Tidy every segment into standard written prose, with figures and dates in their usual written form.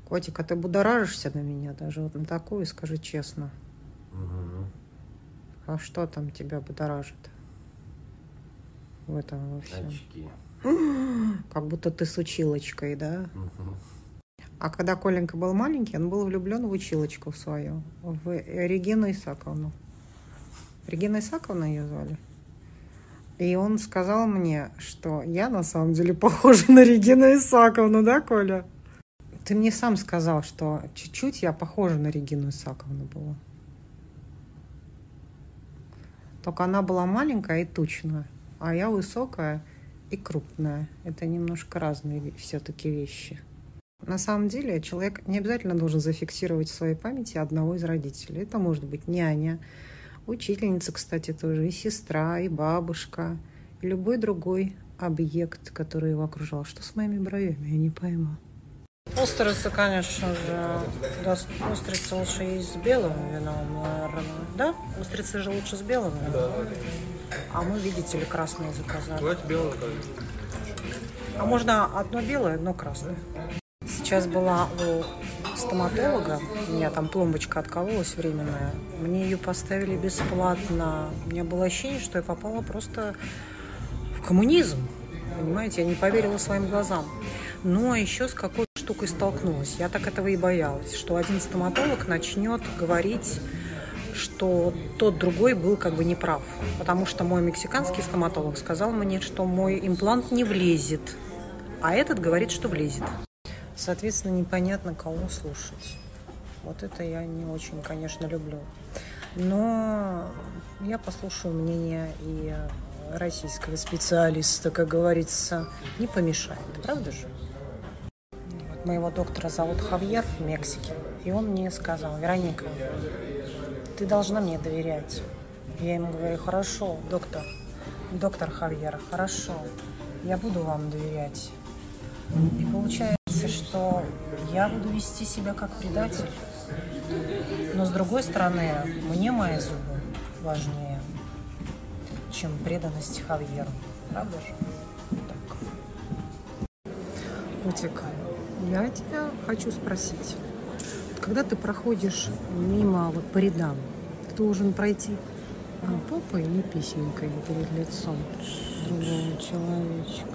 Котик, а ты будоражишься на меня даже вот на такую, скажи честно. Угу. А что там тебя будоражит в этом во всем? Очки. Как будто ты с училочкой, да? Угу. А когда Коленька был маленький, он был влюблен в училочку свою, в Регину Исаковну. Регина Исаковна ее звали. И он сказал мне, что я на самом деле похожа на Регину Исаковну, да, Коля? Ты мне сам сказал, что чуть-чуть я похожа на Регину Исаковну была. Только она была маленькая и тучная, а я высокая и крупная. Это немножко разные все-таки вещи. На самом деле человек не обязательно должен зафиксировать в своей памяти одного из родителей. Это может быть няня, учительница, кстати, тоже, и сестра, и бабушка, и любой другой объект, который его окружал. Что с моими бровями? Я не пойму. Устрицы, конечно же, да, устрицы лучше есть с белым вином, наверное. Да? Устрицы же лучше с белым вином. Да. А мы, видите ли, красные заказали. Давайте белое. А можно одно белое, одно красное. Сейчас была у стоматолога, у меня там пломбочка откололась временная. Мне ее поставили бесплатно. У меня было ощущение, что я попала просто в коммунизм. Понимаете, я не поверила своим глазам. Но еще с какой штукой столкнулась. Я так этого и боялась, что один стоматолог начнет говорить, что тот другой был как бы неправ. Потому что мой мексиканский стоматолог сказал мне, что мой имплант не влезет, а этот говорит, что влезет. Соответственно, непонятно, кого слушать. Вот это я не очень, конечно, люблю. Но я послушаю мнение и российского специалиста, как говорится, не помешает. Правда же? Вот моего доктора зовут Хавьер в Мексике. И он мне сказал: Вероника, ты должна мне доверять. Я ему говорю: хорошо, доктор Хавьер, хорошо, я буду вам доверять. И получается, что я буду вести себя как предатель. Но с другой стороны, мне мои зубы важнее, чем преданность Хавьеру. Правда же? Так. Котик, я тебя хочу спросить. Когда ты проходишь мимо вот по рядам, ты должен пройти попой или писенькой перед лицом другого человечка?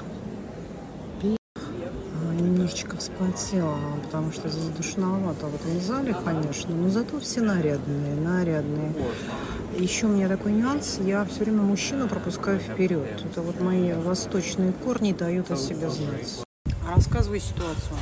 Немножечко вспотела, потому что здесь душновато в этом зале, конечно, но зато все нарядные. Еще у меня такой нюанс, я все время мужчину пропускаю вперед. Это вот мои восточные корни дают о себе знать. Рассказываю ситуацию.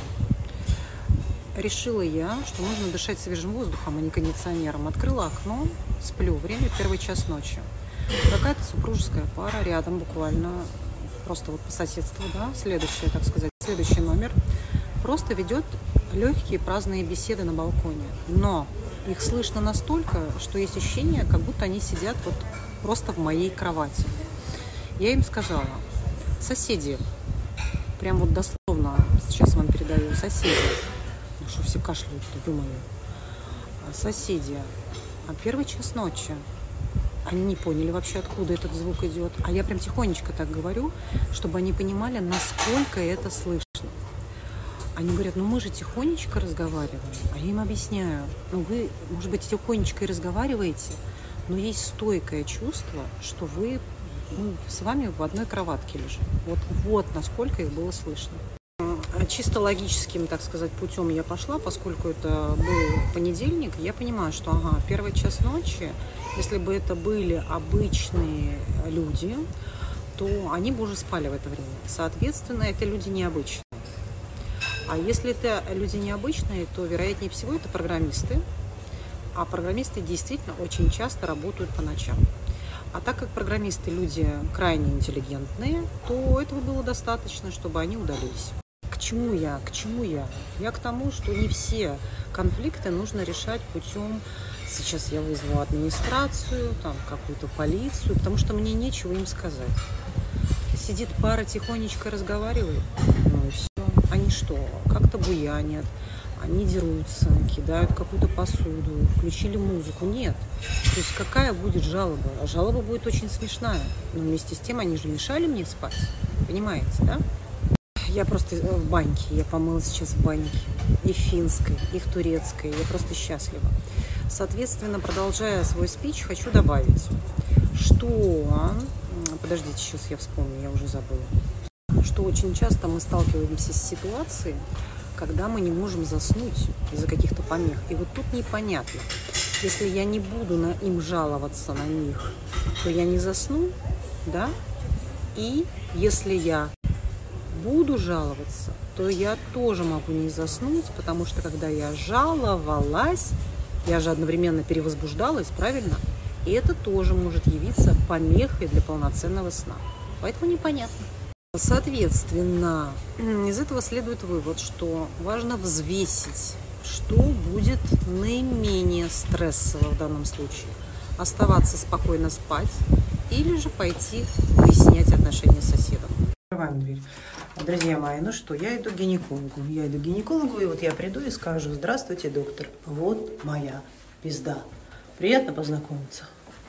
Решила я, что нужно дышать свежим воздухом, а не кондиционером. Открыла окно, сплю, время 1 час ночи. Какая-то супружеская пара рядом буквально, просто вот по соседству, да, следующий номер, просто ведет легкие праздные беседы на балконе. Но их слышно настолько, что есть ощущение, как будто они сидят вот просто в моей кровати. Я им сказала: соседи, прям вот дословно сейчас вам передаю, соседи, ну что все кашляют, думаю, соседи, 1 час ночи. Они не поняли вообще, откуда этот звук идет. А я прям тихонечко так говорю, чтобы они понимали, насколько это слышно. Они говорят: ну мы же тихонечко разговариваем. А я им объясняю: ну вы, может быть, тихонечко и разговариваете, но есть стойкое чувство, что мы с вами в одной кроватке лежим. Вот насколько их было слышно. Чисто логическим, так сказать, путем я пошла, поскольку это был понедельник, я понимаю, что 1 час ночи, если бы это были обычные люди, то они бы уже спали в это время. Соответственно, это люди необычные. А если это люди необычные, то, вероятнее всего, это программисты. А программисты действительно очень часто работают по ночам. А так как программисты люди крайне интеллигентные, то этого было достаточно, чтобы они удалились. К чему я? Я к тому, что не все конфликты нужно решать путем: сейчас я вызову администрацию, там, какую-то полицию, потому что мне нечего им сказать. Сидит пара, тихонечко разговаривает, ну и все. Они что, как-то буянят, они дерутся, кидают какую-то посуду, включили музыку. Нет. То есть какая будет жалоба? А жалоба будет очень смешная. Но вместе с тем они же мешали мне спать. Понимаете, да? Я просто в баньке, я помыла сейчас в баньке. И в финской, и в турецкой. Я просто счастлива. Соответственно, продолжая свой спич, хочу добавить, что... Подождите, сейчас я вспомню, я уже забыла. Что очень часто мы сталкиваемся с ситуацией, когда мы не можем заснуть из-за каких-то помех. И вот тут непонятно. Если я не буду им жаловаться на них, то я не засну, да? И если я буду жаловаться, то я тоже могу не заснуть, потому что когда я жаловалась, я же одновременно перевозбуждалась, правильно? И это тоже может явиться помехой для полноценного сна. Поэтому непонятно. Соответственно, из этого следует вывод, что важно взвесить, что будет наименее стрессово в данном случае. Оставаться спокойно спать или же пойти выяснять отношения с соседом. Открываем дверь. Друзья мои, ну что, я иду к гинекологу. И вот я приду и скажу: здравствуйте, доктор, вот моя пизда. Приятно познакомиться.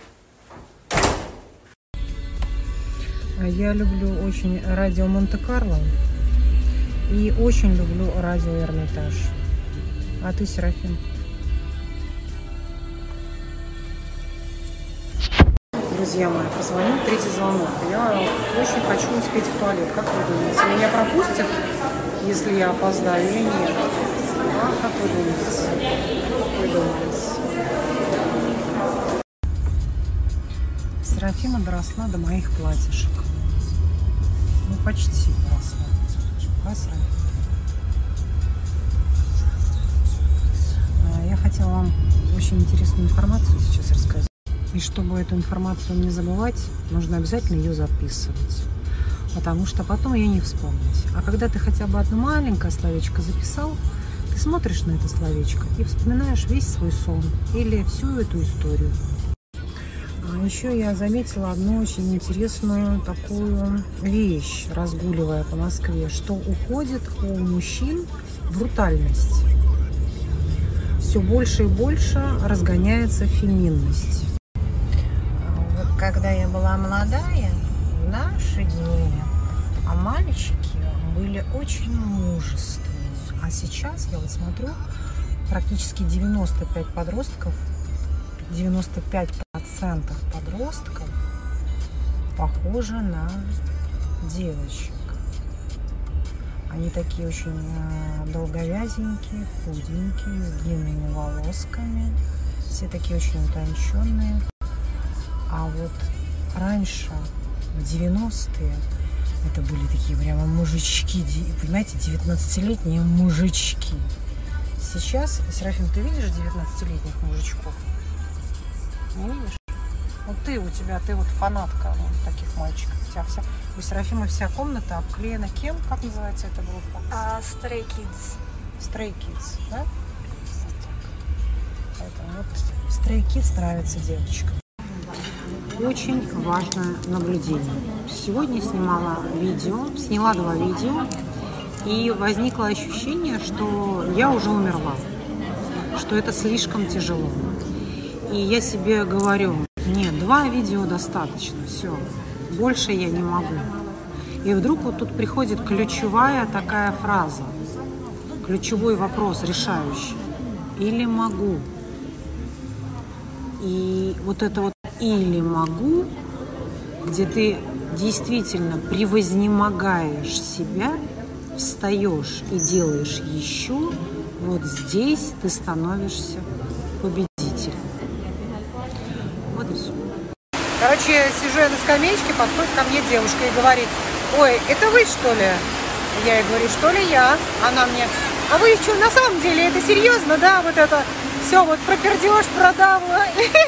Я люблю очень радио Монте-Карло и очень люблю радио Эрмитаж. А ты, Серафим? Друзья мои, позвонил третий звонок. Я очень хочу успеть в туалет. Как вы думаете, меня пропустят, если я опоздаю или нет? А как вы думаете? Серафима доросла до моих платьишек. Ну, почти доросла. Да, Серафима? Я хотела вам очень интересную информацию сейчас рассказать. И чтобы эту информацию не забывать, нужно обязательно ее записывать. Потому что потом ее не вспомнить. А когда ты хотя бы одно маленькое словечко записал, ты смотришь на это словечко и вспоминаешь весь свой сон или всю эту историю. А еще я заметила одну очень интересную такую вещь, разгуливая по Москве, что уходит у мужчин брутальность. Все больше и больше разгоняется феминность. Вот когда я была молодая, в наши дни, мальчики были очень мужественны. А сейчас я вот смотрю, практически 95% подростков похожи на девочек. Они такие очень долговязенькие, худенькие, с длинными волосками. Все такие очень утонченные. А вот раньше, в 90-е, это были такие прямо мужички, понимаете, 19-летние мужички. Сейчас, Серафим, ты видишь 19-летних мужичков? Не видишь? Вот ты вот фанатка таких мальчиков. У Серафима вся комната обклеена кем? Как называется эта группа? Stray Kids. Stray Kids, да? Вот так. Поэтому вот Stray Kids нравится девочкам. Очень важное наблюдение. Сегодня сняла 2 видео, и возникло ощущение, что я уже умерла, что это слишком тяжело. И я себе говорю: нет, 2 видео достаточно, все, больше я не могу. И вдруг вот тут приходит ключевая такая фраза, ключевой вопрос решающий: или могу? И вот это вот «или могу», где ты действительно превознемогаешь себя, встаешь и делаешь еще, вот здесь ты становишься победителем. Вот и все. Короче, сижу я на скамеечке, подходит ко мне девушка и говорит: ой, это вы, что ли? Я ей говорю: что ли я? Она мне: а вы что, на самом деле, это серьезно, да, вот это все, вот пропердеж, продавла?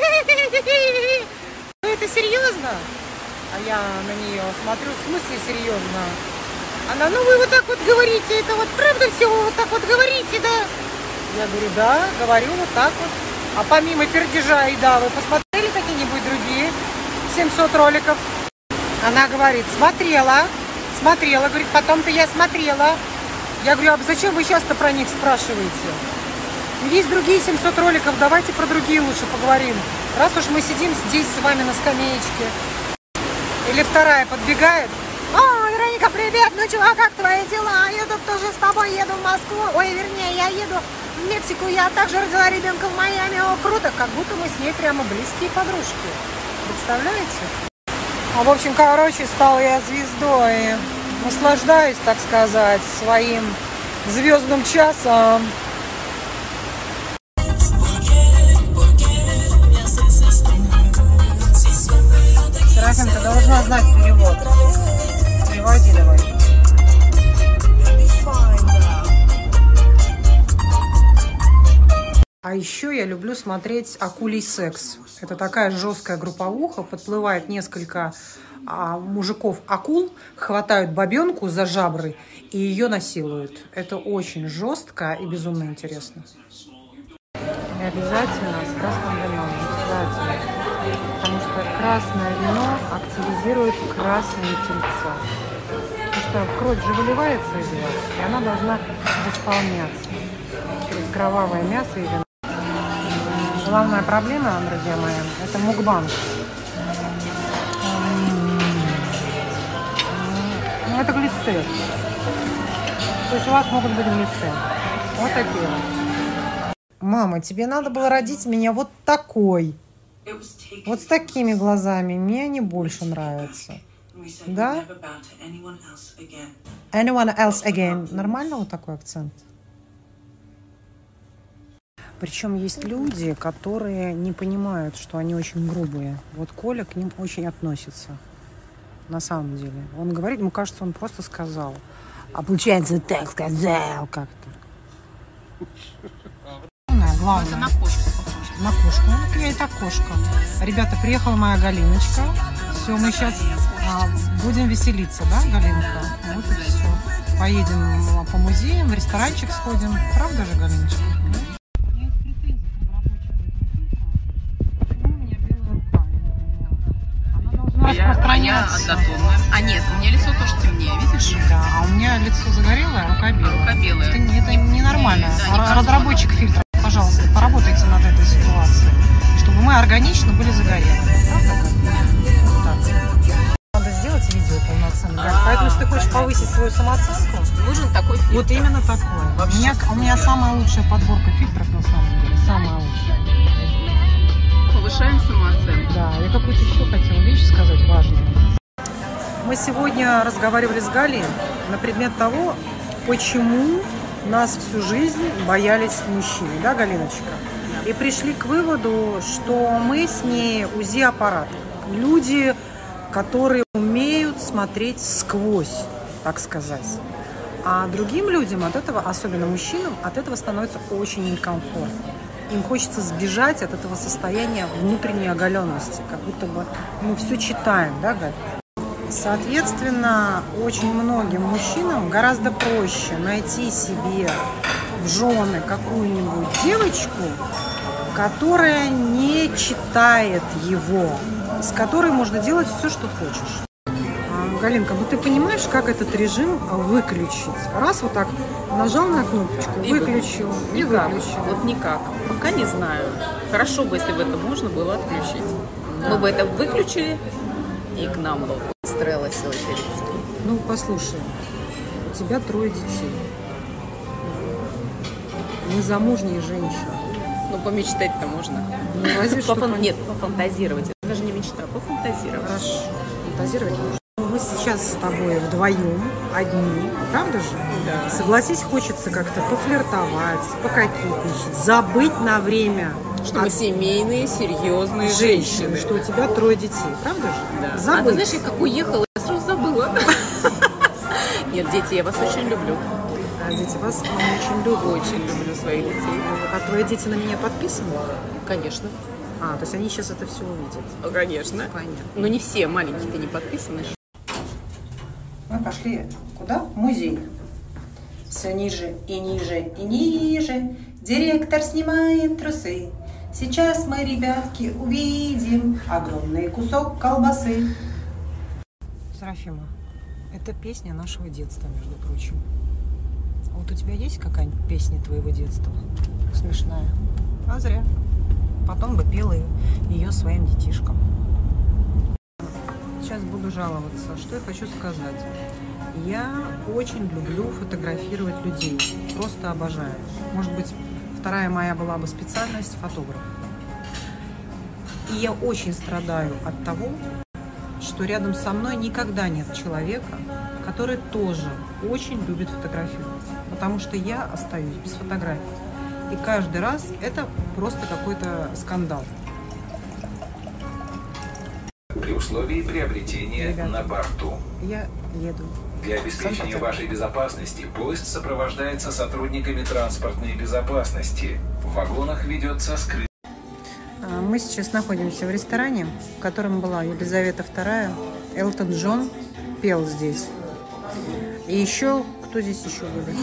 Ну это серьезно? А я на нее смотрю: в смысле серьезно? Она: ну вы вот так вот говорите, это вот правда все, вы вот так вот говорите, да? Я говорю: да, говорю вот так вот. А помимо пердежа и да, вы посмотрели какие-нибудь другие 700 роликов? Она говорит: смотрела, говорит, потом-то я смотрела. Я говорю: а зачем вы сейчас-то про них спрашиваете? Есть другие 700 роликов, давайте про другие лучше поговорим. Раз уж мы сидим здесь с вами на скамеечке. Или вторая подбегает: ай, Вероника, привет! Ну чего, как твои дела? Я тут тоже с тобой еду в Москву. Ой, вернее, я еду в Мексику. Я также родила ребенка в Майами. О, круто, как будто мы с ней прямо близкие подружки. Представляете? А в общем, короче, стала я звездой. Наслаждаюсь, так сказать, своим звездным часом. Серафим, ты должна знать перевод. Переводи давай. А еще я люблю смотреть «Акулий секс». Это такая жесткая групповуха. Подплывает несколько мужиков-акул, хватают бабенку за жабры и ее насилуют. Это очень жестко и безумно интересно. И обязательно с красным вином. Обязательно. Потому что красное вино активизирует красные тельца. Потому что кровь же выливается из вас, и она должна восполняться через кровавое мясо и вино. Главная проблема, друзья мои, это мукбанг. Ну, это глисты. То есть у вас могут быть глисты. Вот такие вот. Мама, тебе надо было родить меня вот такой. Вот с такими глазами. Мне они больше нравятся. Да? Anyone else again. Нормально вот такой акцент? Причем есть люди, которые не понимают, что они очень грубые. Вот Коля к ним очень относится. На самом деле. Он говорит, ему кажется, он просто сказал. А получается, так сказал как-то. Главное. Это на кошку похоже. На кошку. Ну, я и так кошка. Ребята, приехала моя Галиночка. Все, мы сейчас будем веселиться, да, Галинка? Вот и все. Поедем по музеям, в ресторанчик сходим. Правда же, Галиночка? Однотонная. А нет, у меня лицо тоже темнее, видишь? Да, а у меня лицо загорелое, рука белая. Рука белая. Это ненормально. Да, разработчик фильтра, пожалуйста, поработайте над этой ситуацией, чтобы мы органично были загорелыми. Вот так. Надо сделать видео полноценное. Поэтому, если ты хочешь повысить свою самооценку, нужен такой фильтр. Вот именно такой. У меня самая лучшая подборка фильтров, на самом деле. Самая лучшая. Повышаем самооценку. Да, я какую-то еще хотела вещь сказать важную. Мы сегодня разговаривали с Галей на предмет того, почему нас всю жизнь боялись мужчины, да, Галиночка? И пришли к выводу, что мы с ней УЗИ-аппарат. Люди, которые умеют смотреть сквозь, так сказать. А другим людям от этого, особенно мужчинам, от этого становится очень некомфортно. Им хочется сбежать от этого состояния внутренней оголенности, как будто бы мы все читаем, да, Галь? Соответственно, очень многим мужчинам гораздо проще найти себе в жены какую-нибудь девочку, которая не читает его, с которой можно делать все, что хочешь. Галинка, ну ты понимаешь, как этот режим выключить? Раз вот так нажал на кнопочку, выключил и выключил. Вот никак. Пока не знаю. Хорошо бы, если бы это можно было отключить. Да. Мы бы это выключили, и к нам бы строилась очередь. Ну, послушай, у тебя 3 детей. Незамужние женщины. Ну, помечтать-то можно. Ну, разве что нет, пофантазировать. Это даже не мечта, пофантазировать. Хорошо, фантазировать можно. Мы сейчас с тобой вдвоем, одни, правда же? Да. Согласись, хочется как-то пофлиртовать, пококетничать, забыть на время. Что мы семейные, серьезные женщины. Что у тебя 3 детей, правда же? Да. Забыть. А ты знаешь, я как уехала, я сразу забыла. Нет, дети, я вас очень люблю. А дети вас очень любят. Очень люблю своих детей. А твои дети на меня подписаны? Конечно. То есть они сейчас это все увидят? Конечно. Понятно. Но не все маленькие-то не подписаны. Мы пошли куда? В музей. Все ниже и ниже и ниже. Директор снимает трусы. Сейчас мы, ребятки, увидим огромный кусок колбасы. Серафима, это песня нашего детства, между прочим. Вот у тебя есть какая-нибудь песня твоего детства? Смешная. А зря. Потом бы пела ее своим детишкам. сейчас буду жаловаться. Что я хочу сказать? Я очень люблю фотографировать людей. Просто обожаю. Может быть, вторая моя была бы специальность — фотограф. И я очень страдаю от того, что рядом со мной никогда нет человека, который тоже очень любит фотографировать. Потому что я остаюсь без фотографий. И каждый раз это просто какой-то скандал. При условии приобретения Ребята, на борту. Я еду. Для обеспечения вашей безопасности поезд сопровождается сотрудниками транспортной безопасности. В вагонах ведется скрытый. Мы сейчас находимся в ресторане, в котором была Елизавета II. Элтон Джон пел здесь. И еще, кто здесь еще были?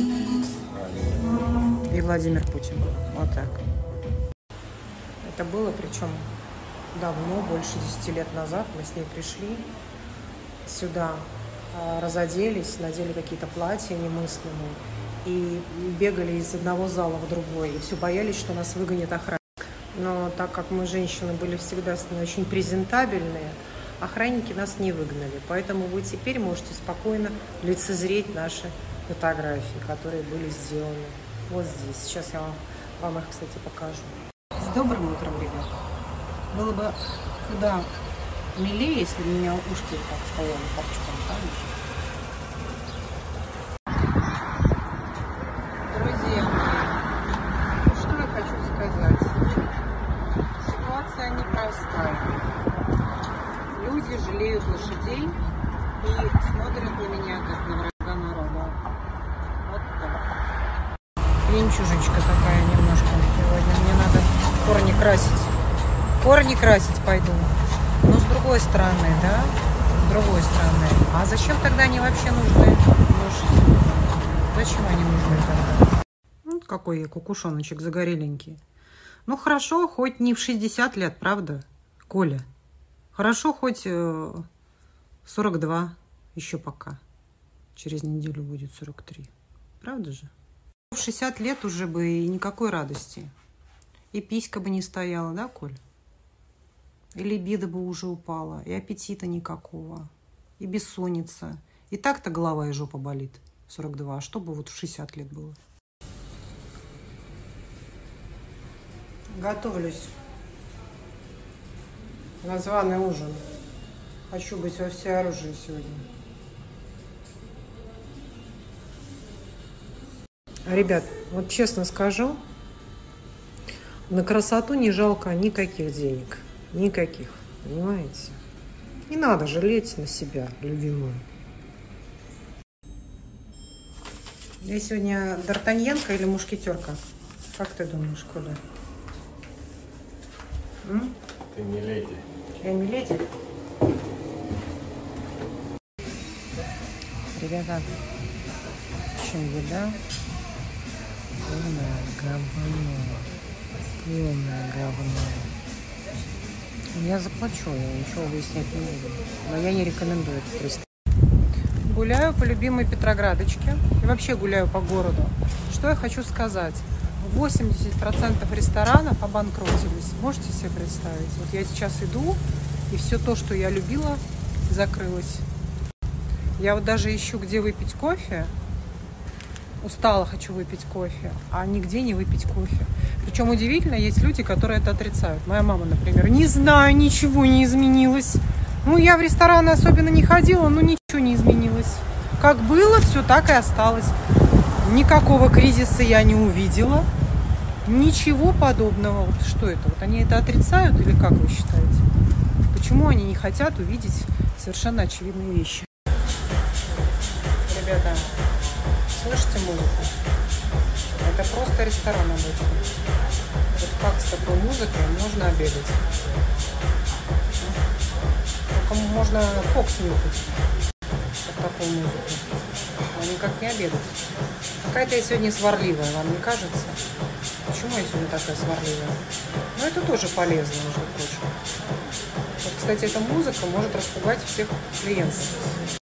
И Владимир Путин. Вот так. Это было, причем давно, больше 10 лет назад. Мы с ней пришли сюда, разоделись, надели какие-то платья немыслимые и бегали из одного зала в другой. И все боялись, что нас выгонит охранник. Но так как мы, женщины, были всегда с ней очень презентабельные, охранники нас не выгнали. Поэтому вы теперь можете спокойно лицезреть наши фотографии, которые были сделаны вот здесь. Сейчас я вам их, кстати, покажу. С добрым утром, ребят. Было бы куда милее, если бы у меня ушки так стояли торчком, правильно? Друзья мои, что я хочу сказать? Ситуация непростая. Люди жалеют лошадей и смотрят на меня, как на врага народа. Вот так. Пьянчужечка такая немножко сегодня. Мне надо корни красить. Корни красить пойду. Но с другой стороны, да? С другой стороны. А зачем тогда они вообще нужны? Лошади? Зачем они нужны тогда? Ну, какой я кукушоночек загореленький. Ну, хорошо, хоть не в 60 лет, правда, Коля? Хорошо, хоть 42 еще пока. Через неделю будет 43. Правда же? В 60 лет уже бы и никакой радости. И писька бы не стояла, да, Коль? И либидо бы уже упала, и аппетита никакого, и бессонница. И так-то голова и жопа болит в 42. А что бы вот в 60 лет было? Готовлюсь на званый ужин. Хочу быть во всеоружии сегодня. Ребят, вот честно скажу, на красоту не жалко никаких денег. Никаких, понимаете? Не надо жалеть на себя, любимую. Я сегодня д'Артаньянка или мушкетерка? Как ты думаешь, Коля? Ты не леди. Я не леди? Ребята, в общем, еда полное говно. Полное говно. Я заплачу, я ничего выяснять не буду. Но я не рекомендую этот ресторан. Гуляю по любимой Петроградочке. И вообще гуляю по городу. Что я хочу сказать. 80% ресторанов обанкротились. Можете себе представить? Вот я сейчас иду, и все то, что я любила, закрылось. Я вот даже ищу, где выпить кофе. Устала, хочу выпить кофе, а нигде не выпить кофе. Причем удивительно, есть люди, которые это отрицают. Моя мама, например, не знаю, ничего не изменилось. Ну, я в рестораны особенно не ходила, но ничего не изменилось. Как было, все так и осталось. Никакого кризиса я не увидела. Ничего подобного. Вот что это? Вот они это отрицают или как вы считаете? Почему они не хотят увидеть совершенно очевидные вещи? Ребята, слышите музыку? Это просто ресторан обычно. Вот как с такой музыкой можно обедать? Только можно кокс нюхать под такую музыку. А никак не обедать. Какая-то я сегодня сварливая, вам не кажется? Почему я сегодня такая сварливая? Ну, это тоже полезно, между прочим. Вот, кстати, эта музыка может распугать всех клиентов.